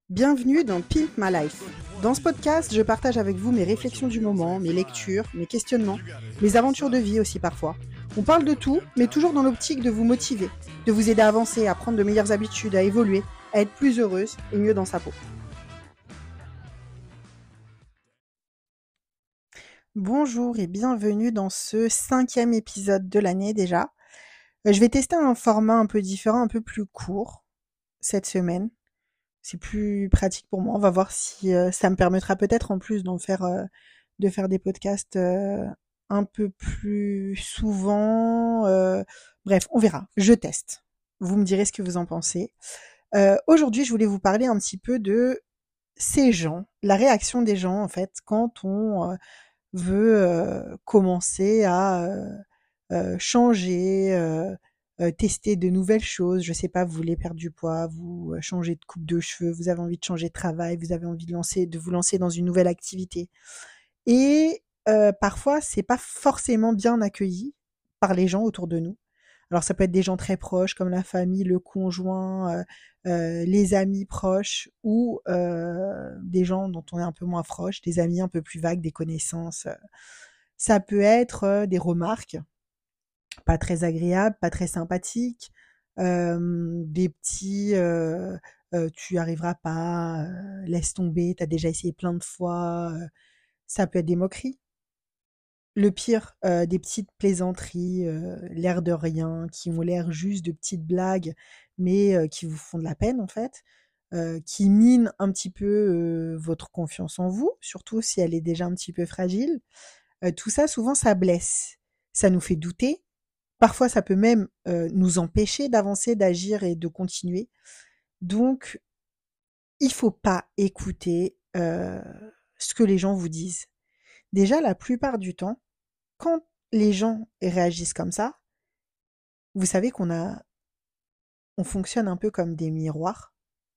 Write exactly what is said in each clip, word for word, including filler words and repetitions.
Bienvenue dans Pimp My Life. Dans ce podcast, je partage avec vous mes réflexions du moment, mes lectures, mes questionnements, mes aventures de vie aussi parfois. On parle de tout, mais toujours dans l'optique de vous motiver, de vous aider à avancer, à prendre de meilleures habitudes, à évoluer, à être plus heureuse et mieux dans sa peau. Bonjour et bienvenue dans ce cinquième épisode de l'année déjà. Je vais tester un format un peu différent, un peu plus court cette semaine. C'est plus pratique pour moi. On va voir si euh, ça me permettra peut-être en plus d'en faire, euh, de faire des podcasts euh, un peu plus souvent. euh, Bref, on verra. Je teste. Vous me direz ce que vous en pensez. Euh, aujourd'hui, je voulais vous parler un petit peu de ces gens, la réaction des gens en fait quand on euh, veut euh, commencer à euh, euh, changer, euh, euh, tester de nouvelles choses. Je sais pas, vous voulez perdre du poids, vous euh, changez de coupe de cheveux, vous avez envie de changer de travail, vous avez envie de lancer, de vous lancer dans une nouvelle activité. Et euh, parfois, c'est pas forcément bien accueilli par les gens autour de nous. Alors ça peut être des gens très proches comme la famille, le conjoint, euh, euh, les amis proches ou euh, des gens dont on est un peu moins proche, des amis un peu plus vagues, des connaissances. Ça peut être euh, des remarques pas très agréables, pas très sympathiques, euh, des petits euh, euh, tu arriveras pas, euh, laisse tomber, t'as déjà essayé plein de fois. euh. Ça peut être des moqueries. Le pire, euh, des petites plaisanteries, euh, l'air de rien, qui ont l'air juste de petites blagues, mais euh, qui vous font de la peine en fait, euh, qui minent un petit peu euh, votre confiance en vous, surtout si elle est déjà un petit peu fragile. Euh, tout ça, souvent, ça blesse. Ça nous fait douter. Parfois, ça peut même euh, nous empêcher d'avancer, d'agir et de continuer. Donc, il faut pas écouter euh, ce que les gens vous disent. Déjà, la plupart du temps, quand les gens réagissent comme ça, vous savez qu'on a, on fonctionne un peu comme des miroirs,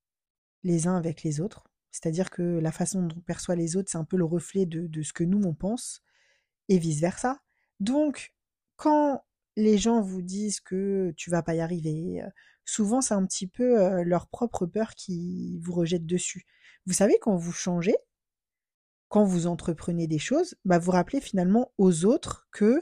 les uns avec les autres. C'est-à-dire que la façon dont on perçoit les autres, c'est un peu le reflet de, de ce que nous, on pense, et vice-versa. Donc, quand les gens vous disent que tu vas pas y arriver, euh, souvent c'est un petit peu euh, leur propre peur qui vous rejette dessus. Vous savez, quand vous changez, quand vous entreprenez des choses, bah vous rappelez finalement aux autres que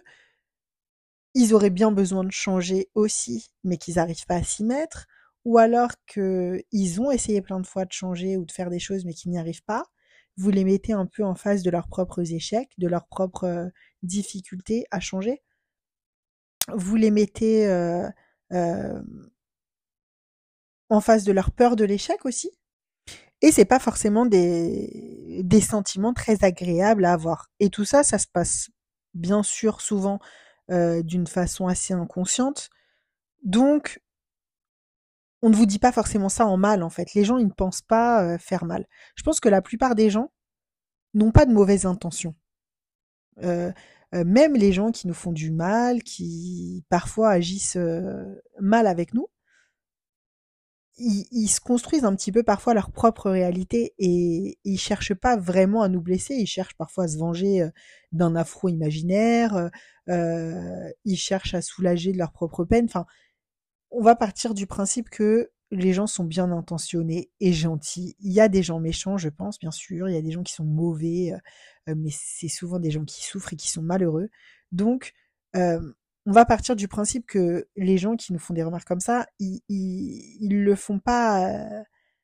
ils auraient bien besoin de changer aussi, mais qu'ils n'arrivent pas à s'y mettre, ou alors qu'ils ont essayé plein de fois de changer ou de faire des choses, mais qu'ils n'y arrivent pas. Vous les mettez un peu en face de leurs propres échecs, de leurs propres euh, difficultés à changer. Vous les mettez euh, euh, en face de leur peur de l'échec aussi. Et c'est pas forcément des, des sentiments très agréables à avoir. Et tout ça, ça se passe bien sûr souvent euh, d'une façon assez inconsciente. Donc, on ne vous dit pas forcément ça en mal, en fait. Les gens, ils ne pensent pas euh, faire mal. Je pense que la plupart des gens n'ont pas de mauvaises intentions. Euh, euh, même les gens qui nous font du mal, qui parfois agissent euh, mal avec nous, ils, ils se construisent un petit peu parfois leur propre réalité et ils cherchent pas vraiment à nous blesser, ils cherchent parfois à se venger euh, d'un affront imaginaire, euh, euh, ils cherchent à soulager de leur propre peine. Enfin, on va partir du principe que les gens sont bien intentionnés et gentils. Il y a des gens méchants, je pense, bien sûr. Il y a des gens qui sont mauvais, euh, mais c'est souvent des gens qui souffrent et qui sont malheureux. Donc, euh, on va partir du principe que les gens qui nous font des remarques comme ça, ils, ils, ils le font pas, euh,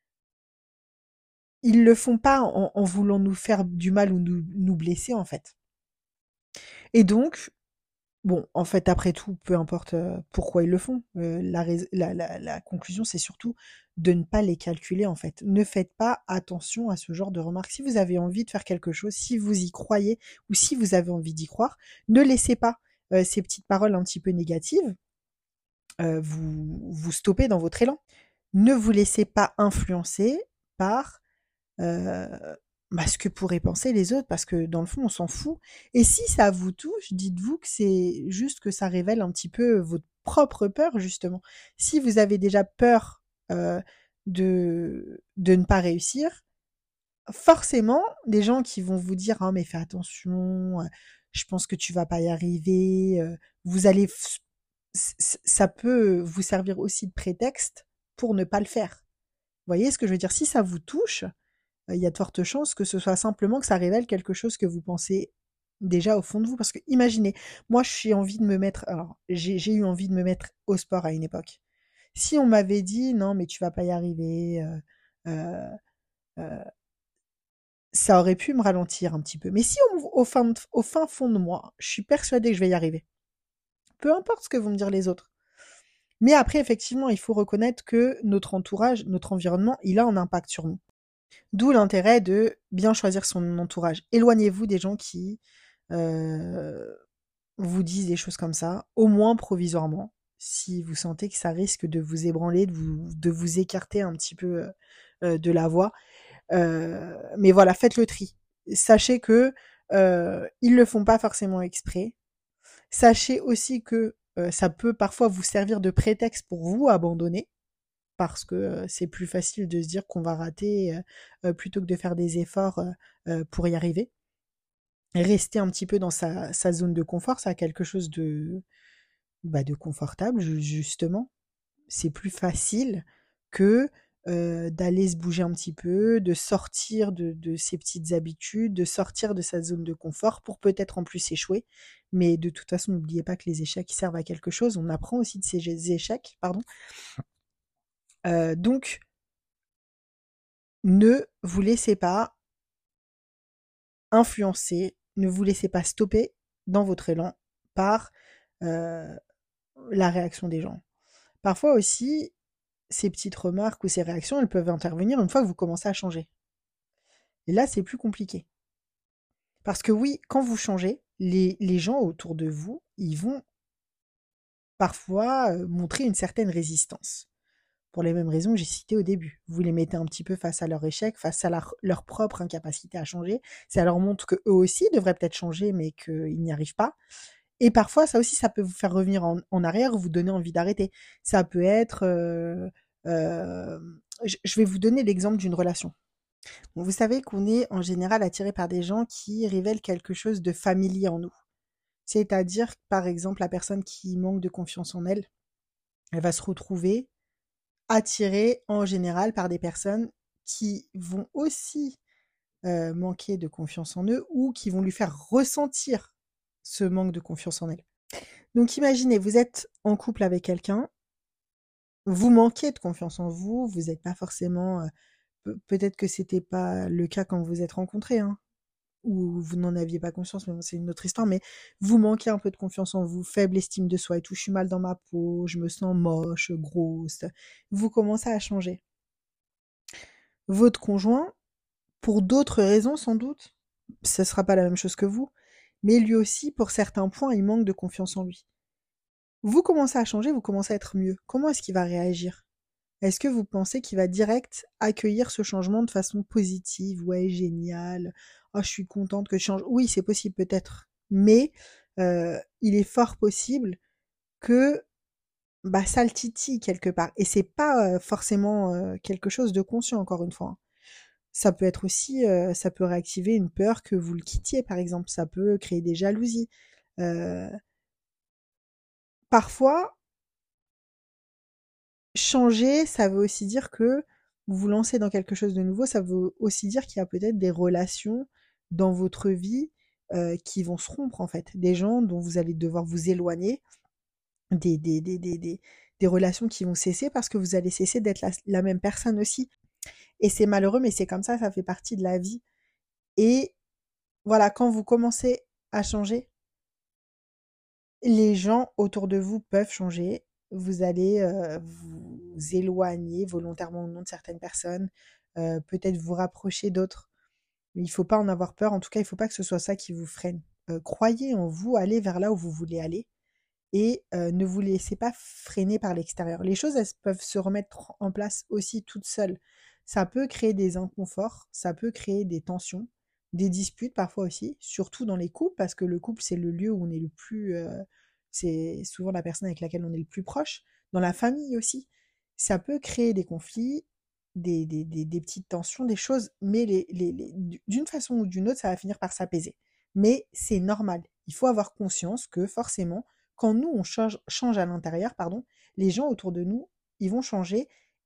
ils le font pas en, en voulant nous faire du mal ou nous, nous blesser en fait. Et donc, bon, en fait, après tout, peu importe euh, pourquoi ils le font, euh, la, rais- la, la, la conclusion, c'est surtout de ne pas les calculer, en fait. Ne faites pas attention à ce genre de remarques. Si vous avez envie de faire quelque chose, si vous y croyez ou si vous avez envie d'y croire, ne laissez pas euh, ces petites paroles un petit peu négatives euh, vous, vous stopper dans votre élan. Ne vous laissez pas influencer par euh, bah, ce que pourraient penser les autres, parce que dans le fond, on s'en fout. Et si ça vous touche, dites-vous que c'est juste que ça révèle un petit peu votre propre peur, justement. Si vous avez déjà peur euh, de, de ne pas réussir, forcément, des gens qui vont vous dire «Ah, mais fais attention, euh, je pense que tu vas pas y arriver», euh, vous allez, f- c- c- ça peut vous servir aussi de prétexte pour ne pas le faire. voyez ce que je veux dire? Si ça vous touche, il y a de fortes chances que ce soit simplement que ça révèle quelque chose que vous pensez déjà au fond de vous. Parce que imaginez, moi j'ai envie de me mettre, alors j'ai j'ai eu envie de me mettre au sport à une époque. Si on m'avait dit non mais tu vas pas y arriver, euh, euh, euh, ça aurait pu me ralentir un petit peu. Mais si au, au fin, de- au fin fond de moi, je suis persuadée que je vais y arriver, peu importe ce que vont me dire les autres. Mais après, effectivement, il faut reconnaître que notre entourage, notre environnement, il a un impact sur nous. D'où l'intérêt de bien choisir son entourage. Éloignez-vous des gens qui euh, vous disent des choses comme ça, au moins provisoirement, si vous sentez que ça risque de vous ébranler, de vous, de vous écarter un petit peu euh, de la voie. Euh, mais voilà, faites le tri. Sachez que euh, ils le font pas forcément exprès. Sachez aussi que euh, ça peut parfois vous servir de prétexte pour vous abandonner parce que euh, c'est plus facile de se dire qu'on va rater euh, euh, plutôt que de faire des efforts euh, euh, pour y arriver. Rester un petit peu dans sa, sa zone de confort, ça a quelque chose de, bah, de confortable, justement. C'est plus facile que euh, d'aller se bouger un petit peu, de sortir de, de ses petites habitudes, de sortir de sa zone de confort pour peut-être en plus échouer. Mais de toute façon, n'oubliez pas que les échecs servent à quelque chose. On apprend aussi de ces échecs, pardon. Euh, donc, ne vous laissez pas influencer, ne vous laissez pas stopper dans votre élan par euh, la réaction des gens. Parfois aussi, ces petites remarques ou ces réactions, elles peuvent intervenir une fois que vous commencez à changer. Et là, c'est plus compliqué. Parce que oui, quand vous changez, les, les gens autour de vous, ils vont parfois euh, montrer une certaine résistance. Pour les mêmes raisons que j'ai citées au début. Vous les mettez un petit peu face à leur échec, face à leur, leur propre incapacité à changer. Ça leur montre qu'eux aussi devraient peut-être changer, mais qu'ils n'y arrivent pas. Et parfois, ça aussi, ça peut vous faire revenir en, en arrière ou vous donner envie d'arrêter. Ça peut être... euh, euh, je je vais vous donner l'exemple d'une relation. Vous savez qu'on est en général attiré par des gens qui révèlent quelque chose de familier en nous. C'est-à-dire, par exemple, la personne qui manque de confiance en elle, elle va se retrouver attirée en général par des personnes qui vont aussi euh, manquer de confiance en eux ou qui vont lui faire ressentir ce manque de confiance en elle. Donc imaginez, vous êtes en couple avec quelqu'un, vous manquez de confiance en vous, vous n'êtes pas forcément... euh, pe- peut-être que c'était pas le cas quand vous vous êtes rencontrés, hein, ou vous n'en aviez pas conscience, mais bon, c'est une autre histoire, mais vous manquez un peu de confiance en vous, faible estime de soi et tout, je suis mal dans ma peau, je me sens moche, grosse, vous commencez à changer. Votre conjoint, pour d'autres raisons sans doute, ce ne sera pas la même chose que vous, mais lui aussi, pour certains points, il manque de confiance en lui. Vous commencez à changer, vous commencez à être mieux. Comment est-ce qu'il va réagir? Est-ce que vous pensez qu'il va direct accueillir ce changement de façon positive? Ouais, génial. Oh, je suis contente que je change. Oui, c'est possible peut-être. Mais euh, il est fort possible que bah, ça le titille quelque part. Et c'est pas euh, forcément euh, quelque chose de conscient, encore une fois, hein. Ça peut être aussi, euh, ça peut réactiver une peur que vous le quittiez, par exemple. Ça peut créer des jalousies. Euh, Parfois, changer, ça veut aussi dire que vous vous lancez dans quelque chose de nouveau. Ça veut aussi dire qu'il y a peut-être des relations dans votre vie euh, qui vont se rompre, en fait. Des gens dont vous allez devoir vous éloigner, des, des, des, des, des, des relations qui vont cesser parce que vous allez cesser d'être la, la même personne aussi. Et c'est malheureux, mais c'est comme ça, ça fait partie de la vie. Et voilà, quand vous commencez à changer, les gens autour de vous peuvent changer. Vous allez euh, vous éloigner volontairement ou non de certaines personnes, euh, peut-être vous rapprocher d'autres. Mais il ne faut pas en avoir peur. En tout cas, il ne faut pas que ce soit ça qui vous freine. Euh, croyez en vous, allez vers là où vous voulez aller et euh, ne vous laissez pas freiner par l'extérieur. Les choses, elles peuvent se remettre en place aussi toutes seules. Ça peut créer des inconforts, ça peut créer des tensions, des disputes parfois aussi, surtout dans les couples, parce que le couple, c'est le lieu où on est le plus... euh, c'est souvent la personne avec laquelle on est le plus proche. Dans la famille aussi, ça peut créer des conflits, des, des, des, des petites tensions, des choses, mais les, les, les- d'une façon ou d'une autre, ça va finir par s'apaiser. Mais c'est normal. Il faut avoir conscience que forcément, quand nous, on change, change à l'intérieur, pardon, les gens autour de nous, ils vont changer et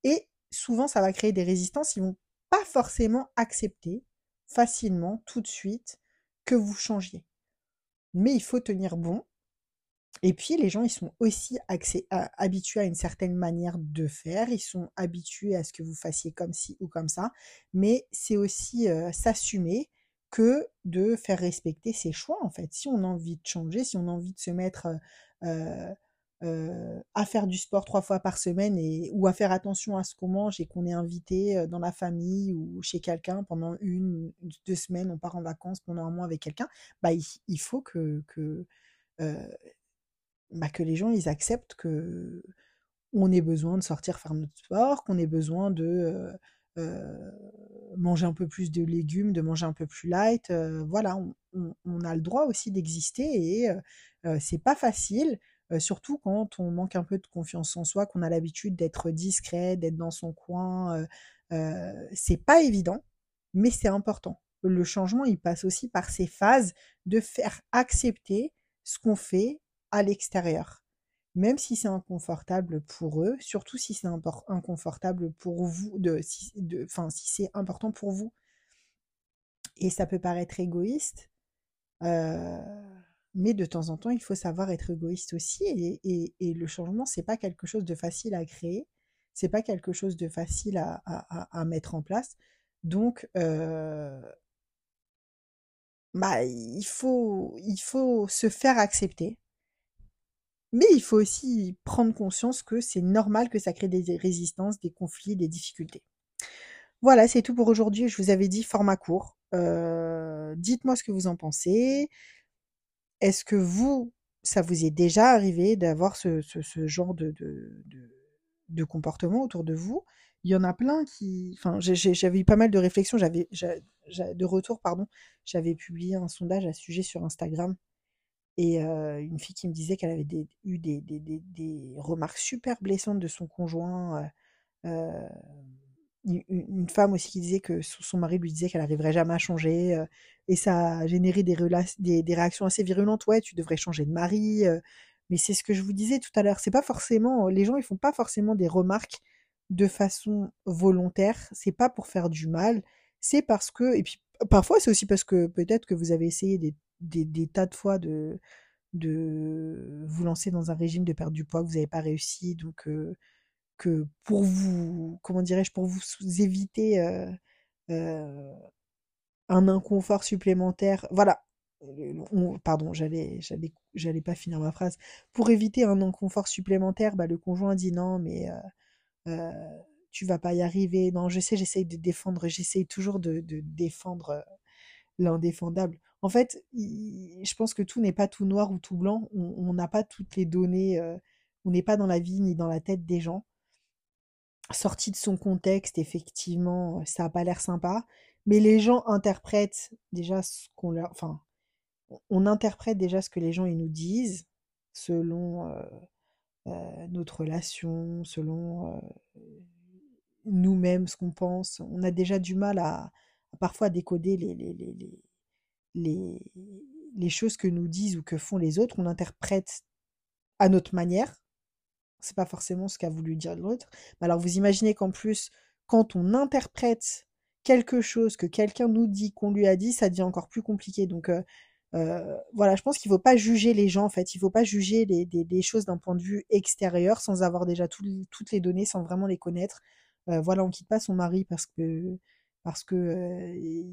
souvent ça va créer des résistances, ils vont pas forcément accepter facilement, tout de suite, que vous changiez. Mais il faut tenir bon. Et puis les gens, ils sont aussi accé- à- habitués à une certaine manière de faire, ils sont habitués à ce que vous fassiez comme ci ou comme ça, mais c'est aussi euh, s'assumer que de faire respecter ses choix, en fait. Si on a envie de changer, si on a envie de se mettre euh, euh, à faire du sport trois fois par semaine et, ou à faire attention à ce qu'on mange et qu'on est invité euh, dans la famille ou chez quelqu'un pendant une, deux semaines, on part en vacances pendant un mois avec quelqu'un, bah, il, il faut que, que euh, bah, que les gens ils acceptent que on ait besoin de sortir faire notre sport, qu'on ait besoin de euh, euh, manger un peu plus de légumes, de manger un peu plus light. Euh, voilà, on, on- on a le droit aussi d'exister et euh, euh, c'est pas facile, euh, surtout quand on manque un peu de confiance en soi, qu'on a l'habitude d'être discret, d'être dans son coin. Euh, euh, c'est pas évident, mais c'est important. Le changement, il passe aussi par ces phases de faire accepter ce qu'on fait à l'extérieur. Même si c'est inconfortable pour eux, surtout si c'est impor- inconfortable pour vous, de, si, de, enfin, si c'est important pour vous. Et ça peut paraître égoïste, euh, mais de temps en temps, il faut savoir être égoïste aussi. Et, et, et le changement, c'est pas quelque chose de facile à créer, c'est pas quelque chose de facile à, à, à- à mettre en place. Donc, euh, bah, il faut, il faut se faire accepter. Mais il faut aussi prendre conscience que c'est normal que ça crée des résistances, des conflits, des difficultés. Voilà, c'est tout pour aujourd'hui. Je vous avais dit format court. Euh, dites-moi ce que vous en pensez. Est-ce que vous, ça vous est déjà arrivé d'avoir ce, ce- ce genre de, de, de- de comportement autour de vous? Il y en a plein qui... Enfin, j'ai- j'ai- j'avais eu pas mal de réflexions, j'avais, j'a- j'a- de retours, pardon. J'avais publié un sondage à ce sujet sur Instagram. Et heu, une fille qui me disait qu'elle avait des eu des des des des remarques super blessantes de son conjoint, heu heu, u u une femme aussi qui disait que son son mari lui disait qu'elle arriverait jamais à changer, heu et ça a généré des relac des des réactions assez virulentes: «Ouais, tu devrais changer de mari», heu, mais c'est ce que je vous disais tout à l'heure, c'est pas forcément les gens, ils font pas forcément des remarques de façon volontaire, c'est pas pour faire du mal, c'est parce que et puis parfois, c'est aussi parce que peut-être que vous avez essayé des des des tas de fois de de vous lancer dans un régime de perte du poids que vous n'avez pas réussi, donc euh, que pour vous, comment dirais-je, pour vous sous- éviter euh, euh, un inconfort supplémentaire, voilà, euh, on- pardon, j'allais, j'allais, j'allais pas finir ma phrase, pour éviter un inconfort supplémentaire, bah, le conjoint dit non, mais euh, euh, tu vas pas y arriver, non, je sais, j'essaye de défendre, j'essaye toujours de, de défendre euh, l'indéfendable. En fait, il- je pense que tout n'est pas tout noir ou tout blanc. On on n'a pas toutes les données. Euh, on n'est pas dans la vie ni dans la tête des gens. Sorti de son contexte, effectivement, ça n'a pas l'air sympa. Mais les gens interprètent déjà ce qu'on leur... Enfin, on interprète déjà ce que les gens ils nous disent selon euh, euh, notre relation, selon euh, nous-mêmes, ce qu'on pense. On a déjà du mal à, à parfois décoder les, les, les, les, les, les choses que nous disent ou que font les autres, on interprète à notre manière. C'est pas forcément ce qu'a voulu dire l'autre. Mais alors vous imaginez qu'en plus, quand on interprète quelque chose que quelqu'un nous dit, qu'on lui a dit, ça devient encore plus compliqué. Donc euh, euh, voilà, je pense qu'il faut pas juger les gens en fait. Il faut pas juger les, des, des choses d'un point de vue extérieur sans avoir déjà tout- toutes les données, sans vraiment les connaître. Euh, voilà, on quitte pas son mari parce que parce que euh,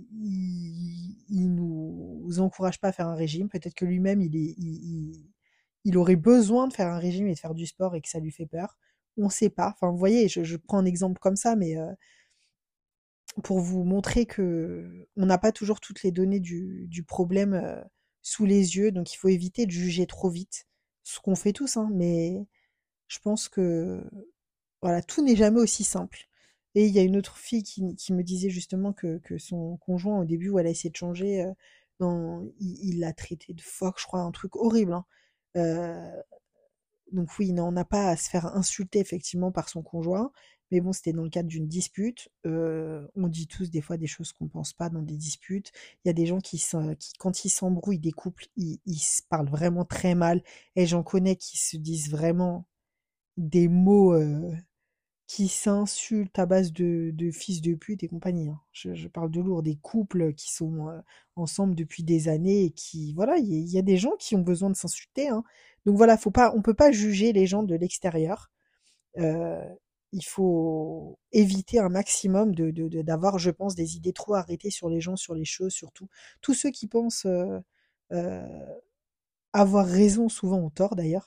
il, il nous encourage pas à faire un régime. Peut-être que lui-même il est il, il- il aurait besoin de faire un régime et de faire du sport et que ça lui fait peur. On sait pas. Enfin, vous voyez, je, je prends un exemple comme ça, mais euh, pour vous montrer que on n'a pas toujours toutes les données du, du problème euh, sous les yeux, donc il faut éviter de juger trop vite, ce qu'on fait tous, hein, mais je pense que voilà, tout n'est jamais aussi simple. Et il y a une autre fille qui, qui me disait justement que, que son conjoint, au début où elle a essayé de changer, euh, dans, il il l'a traité de phoque, je crois, un truc horrible. Hein. Euh, donc oui, non, on n'a pas à se faire insulter effectivement par son conjoint, mais bon, c'était dans le cadre d'une dispute. Heu, on dit tous des fois des choses qu'on pense pas dans des disputes. Il y a des gens qui se qui quand ils s'embrouillent, des couples, ils ils se parlent vraiment très mal et j'en connais qui se disent vraiment des mots, heu qui s'insultent à base de, de fils de pute et compagnie, hein. Je, je parle de lourd, des couples qui sont euh, ensemble depuis des années et qui, voilà, il y, a il y a des gens qui ont besoin de s'insulter, hein. Donc voilà, faut pas, on peut pas juger les gens de l'extérieur. Euh, il faut éviter un maximum de, de- de- d'avoir, je pense, des idées trop arrêtées sur les gens, sur les choses, surtout. Tous ceux qui pensent euh, euh, avoir raison, souvent ont tort d'ailleurs.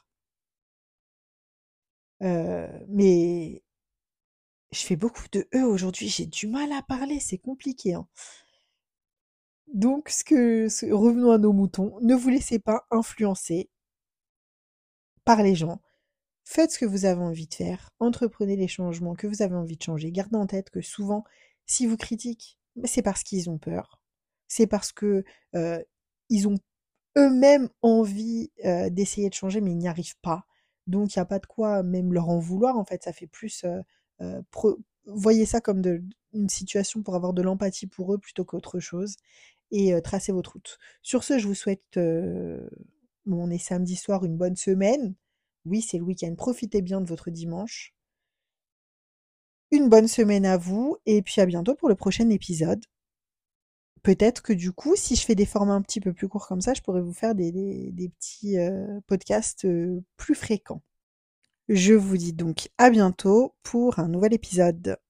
Euh, mais je fais beaucoup de E aujourd'hui, j'ai du mal à parler, c'est compliqué, hein. Donc, ce que, ce- revenons à nos moutons, ne vous laissez pas influencer par les gens. Faites ce que vous avez envie de faire, entreprenez les changements que vous avez envie de changer. Gardez en tête que souvent, si vous critiquent, bah, c'est parce qu'ils ont peur. C'est parce que euh, ils ont eux-mêmes envie euh, d'essayer de changer, mais ils n'y arrivent pas. Donc, il n'y a pas de quoi même leur en vouloir. En fait, ça fait plus. Euh, euh, pro- voyez ça comme de- une situation pour avoir de l'empathie pour eux plutôt qu'autre chose et euh, tracez votre route. Sur ce, je vous souhaite, euh, bon, on est samedi soir, une bonne semaine. Oui, c'est le week-end. Profitez bien de votre dimanche. Une bonne semaine à vous et puis à bientôt pour le prochain épisode. Peut-être que du coup, si je fais des formats un petit peu plus courts comme ça, je pourrais vous faire des, des- des petits euh, podcasts euh, plus fréquents. Je vous dis donc à bientôt pour un nouvel épisode.